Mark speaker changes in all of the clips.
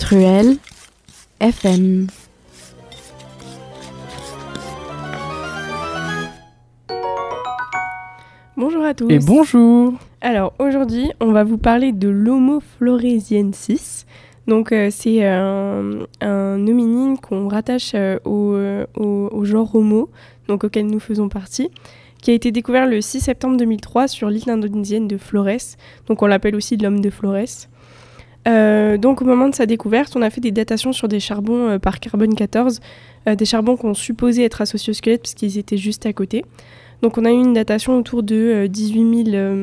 Speaker 1: Cruel FM.
Speaker 2: Bonjour à tous.
Speaker 3: Et bonjour.
Speaker 2: Alors aujourd'hui, on va vous parler de l'Homo floresiensis. Donc c'est un hominine qu'on rattache au genre Homo, donc auquel nous faisons partie, qui a été découvert le 6 septembre 2003 sur l'île indonésienne de Flores. Donc on l'appelle aussi l'homme de Flores. Donc au moment de sa découverte, on a fait des datations sur des charbons par carbone 14, des charbons qu'on supposait être associés au squelette parce qu'ils étaient juste à côté. Donc on a eu une datation autour de 18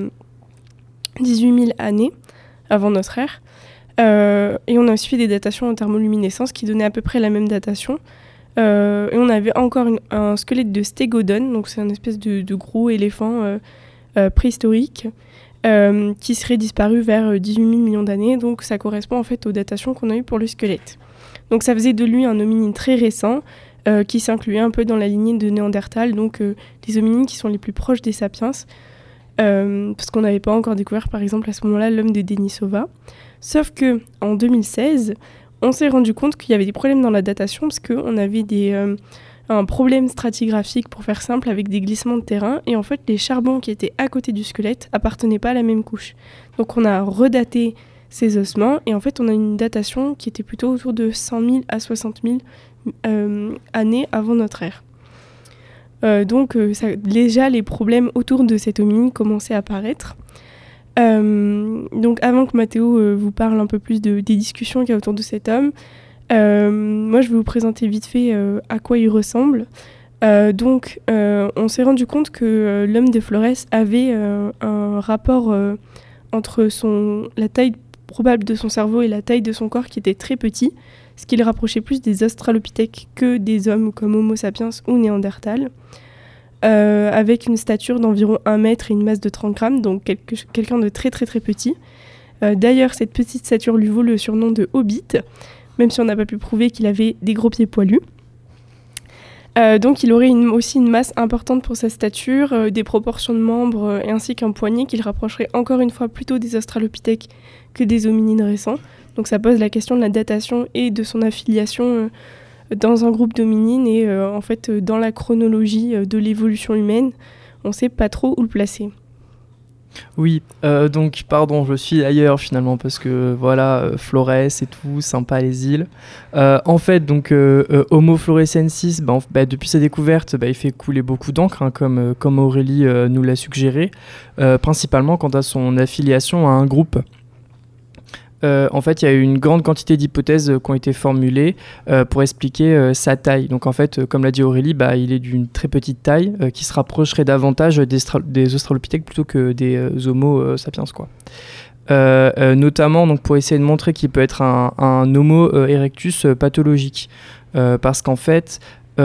Speaker 2: 000 années avant notre ère. Et on a aussi fait des datations en thermoluminescence qui donnaient à peu près la même datation. Et on avait encore un squelette de stégodon, donc c'est une espèce de gros éléphant préhistorique qui serait disparu vers 18 000 millions d'années. Donc ça correspond en fait aux datations qu'on a eues pour le squelette. Donc ça faisait de lui un hominine très récent qui s'incluait un peu dans la lignée de Néandertal, donc les hominines qui sont les plus proches des sapiens, parce qu'on n'avait pas encore découvert par exemple à ce moment-là l'homme de Denisova. Sauf qu'en 2016, on s'est rendu compte qu'il y avait des problèmes dans la datation parce qu'on avait un problème stratigraphique, pour faire simple, avec des glissements de terrain. Et en fait, les charbons qui étaient à côté du squelette appartenaient pas à la même couche. Donc on a redaté ces ossements et en fait, on a une datation qui était plutôt autour de 100 000 à 60 000 années avant notre ère. Donc déjà, les problèmes autour de cet hominine commençaient à apparaître. Donc avant que Mathéo vous parle un peu plus des discussions qu'il y a autour de cet homme, moi je vais vous présenter vite fait à quoi il ressemble. Donc on s'est rendu compte que l'homme de Flores avait un rapport entre la taille probable de son cerveau et la taille de son corps qui était très petit, ce qui le rapprochait plus des australopithèques que des hommes comme Homo sapiens ou Néandertal. Avec une stature d'environ 1 mètre et une masse de 30 grammes, donc quelqu'un de très très très petit. D'ailleurs, cette petite stature lui vaut le surnom de Hobbit, même si on n'a pas pu prouver qu'il avait des gros pieds poilus. Donc il aurait aussi une masse importante pour sa stature, des proportions de membres ainsi qu'un poignet qui le rapprocherait encore une fois plutôt des australopithèques que des hominines récents. Donc ça pose la question de la datation et de son affiliation dans un groupe d'hominines et en fait dans la chronologie de l'évolution humaine, on ne sait pas trop où le placer.
Speaker 3: Oui, donc pardon, je suis ailleurs finalement parce que voilà, Flores et tout, sympa les îles. En fait, donc Homo floresiensis, depuis sa découverte, il fait couler beaucoup d'encre, hein, comme Aurélie nous l'a suggéré, principalement quant à son affiliation à un groupe. En fait, il y a eu une grande quantité d'hypothèses qui ont été formulées pour expliquer sa taille. Donc en fait, comme l'a dit Aurélie, il est d'une très petite taille qui se rapprocherait davantage des australopithèques plutôt que des Homo sapiens, quoi. Notamment donc, pour essayer de montrer qu'il peut être un Homo erectus pathologique. Parce qu'en fait,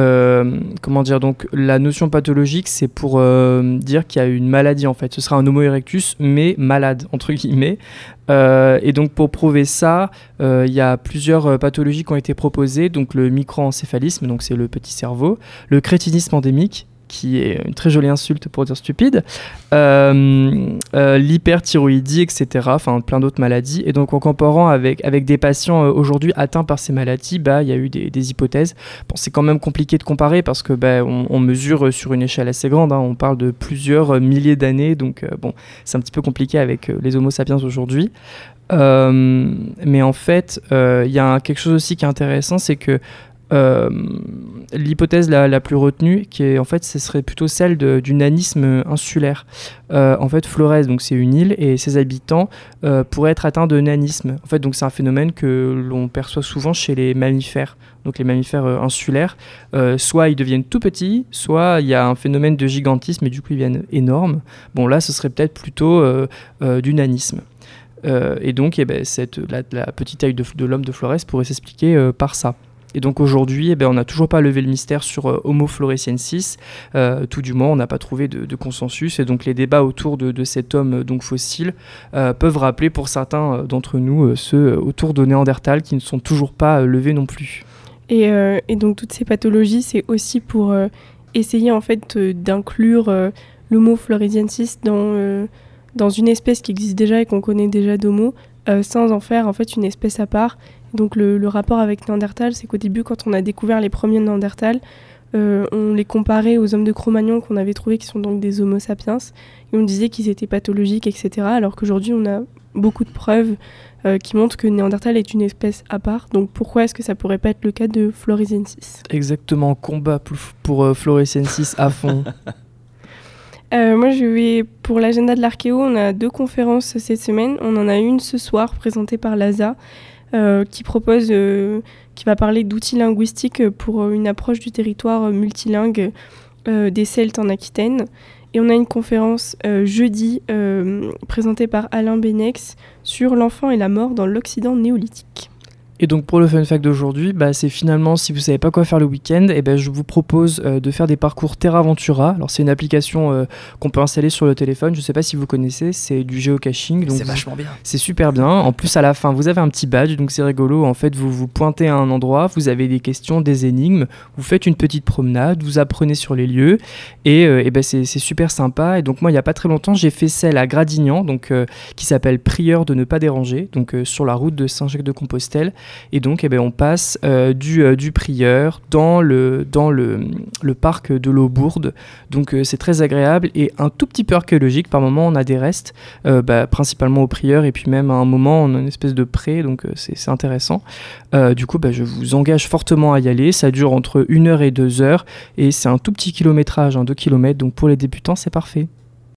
Speaker 3: donc la notion pathologique, c'est pour dire qu'il y a une maladie en fait. Ce sera un Homo erectus mais malade entre guillemets. Et donc pour prouver ça, il y a plusieurs pathologies qui ont été proposées. Donc le microencéphalisme, donc c'est le petit cerveau, le crétinisme endémique, qui est une très jolie insulte pour dire stupide, l'hyperthyroïdie, etc., enfin plein d'autres maladies. Et donc en comparant avec des patients aujourd'hui atteints par ces maladies, il y a eu des hypothèses. Bon, c'est quand même compliqué de comparer parce que on mesure sur une échelle assez grande, hein, on parle de plusieurs milliers d'années, donc c'est un petit peu compliqué avec les Homo sapiens aujourd'hui. Mais en fait, il y a quelque chose aussi qui est intéressant, c'est que l'hypothèse la plus retenue, qui est en fait, ce serait plutôt celle du nanisme insulaire. En fait, Flores, donc c'est une île et ses habitants pourraient être atteints de nanisme. En fait, donc c'est un phénomène que l'on perçoit souvent chez les mammifères. Donc les mammifères insulaires, soit ils deviennent tout petits, soit il y a un phénomène de gigantisme et du coup ils deviennent énormes. Bon là, ce serait peut-être plutôt du nanisme. Et donc la petite taille de l'homme de Flores pourrait s'expliquer par ça. Et donc aujourd'hui, on n'a toujours pas levé le mystère sur Homo floresiensis, tout du moins on n'a pas trouvé de consensus, et donc les débats autour de cet homme donc fossile peuvent rappeler pour certains d'entre nous ceux autour de Néandertal qui ne sont toujours pas levés non plus.
Speaker 2: Et donc toutes ces pathologies, c'est aussi pour essayer en fait d'inclure l'Homo floresiensis dans une espèce qui existe déjà et qu'on connaît déjà d'Homo, sans en faire en fait une espèce à part Donc le rapport avec Néandertal, c'est qu'au début, quand on a découvert les premiers Néandertal, on les comparait aux hommes de Cro-Magnon qu'on avait trouvés, qui sont donc des Homo sapiens, et on disait qu'ils étaient pathologiques, etc. Alors qu'aujourd'hui, on a beaucoup de preuves qui montrent que Néandertal est une espèce à part. Donc pourquoi est-ce que ça pourrait pas être le cas de Floresiensis ?
Speaker 3: Exactement, combat pour Floresiensis à fond.
Speaker 2: Moi, pour l'agenda de l'archéo, on a 2 conférences cette semaine. On en a une ce soir, présentée par l'ASA, qui va parler d'outils linguistiques pour une approche du territoire multilingue des Celtes en Aquitaine. Et on a une conférence jeudi, présentée par Alain Benex, sur l'enfant et la mort dans l'Occident néolithique.
Speaker 3: Et donc pour le fun fact d'aujourd'hui, c'est finalement, si vous savez pas quoi faire le week-end, je vous propose de faire des parcours Terra Ventura. Alors c'est une application qu'on peut installer sur le téléphone, je sais pas si vous connaissez, c'est du géocaching. Donc
Speaker 4: c'est vachement bien.
Speaker 3: C'est super bien. En plus à la fin, vous avez un petit badge, donc c'est rigolo. En fait, vous pointez à un endroit, vous avez des questions, des énigmes, vous faites une petite promenade, vous apprenez sur les lieux et c'est super sympa. Et donc moi, il y a pas très longtemps, j'ai fait celle à Gradignan, donc qui s'appelle Prieur de ne pas déranger, donc sur la route de Saint-Jacques-de-Compostelle. Et donc on passe du Prieur dans le parc de l'Aubourde. Donc c'est très agréable et un tout petit peu archéologique. Par moment on a des restes, principalement au Prieur, et puis même à un moment on a une espèce de pré, donc c'est intéressant. Du coup je vous engage fortement à y aller. Ça dure entre 1 heure et 2 heures et c'est un tout petit kilométrage, 2 km, donc pour les débutants c'est parfait.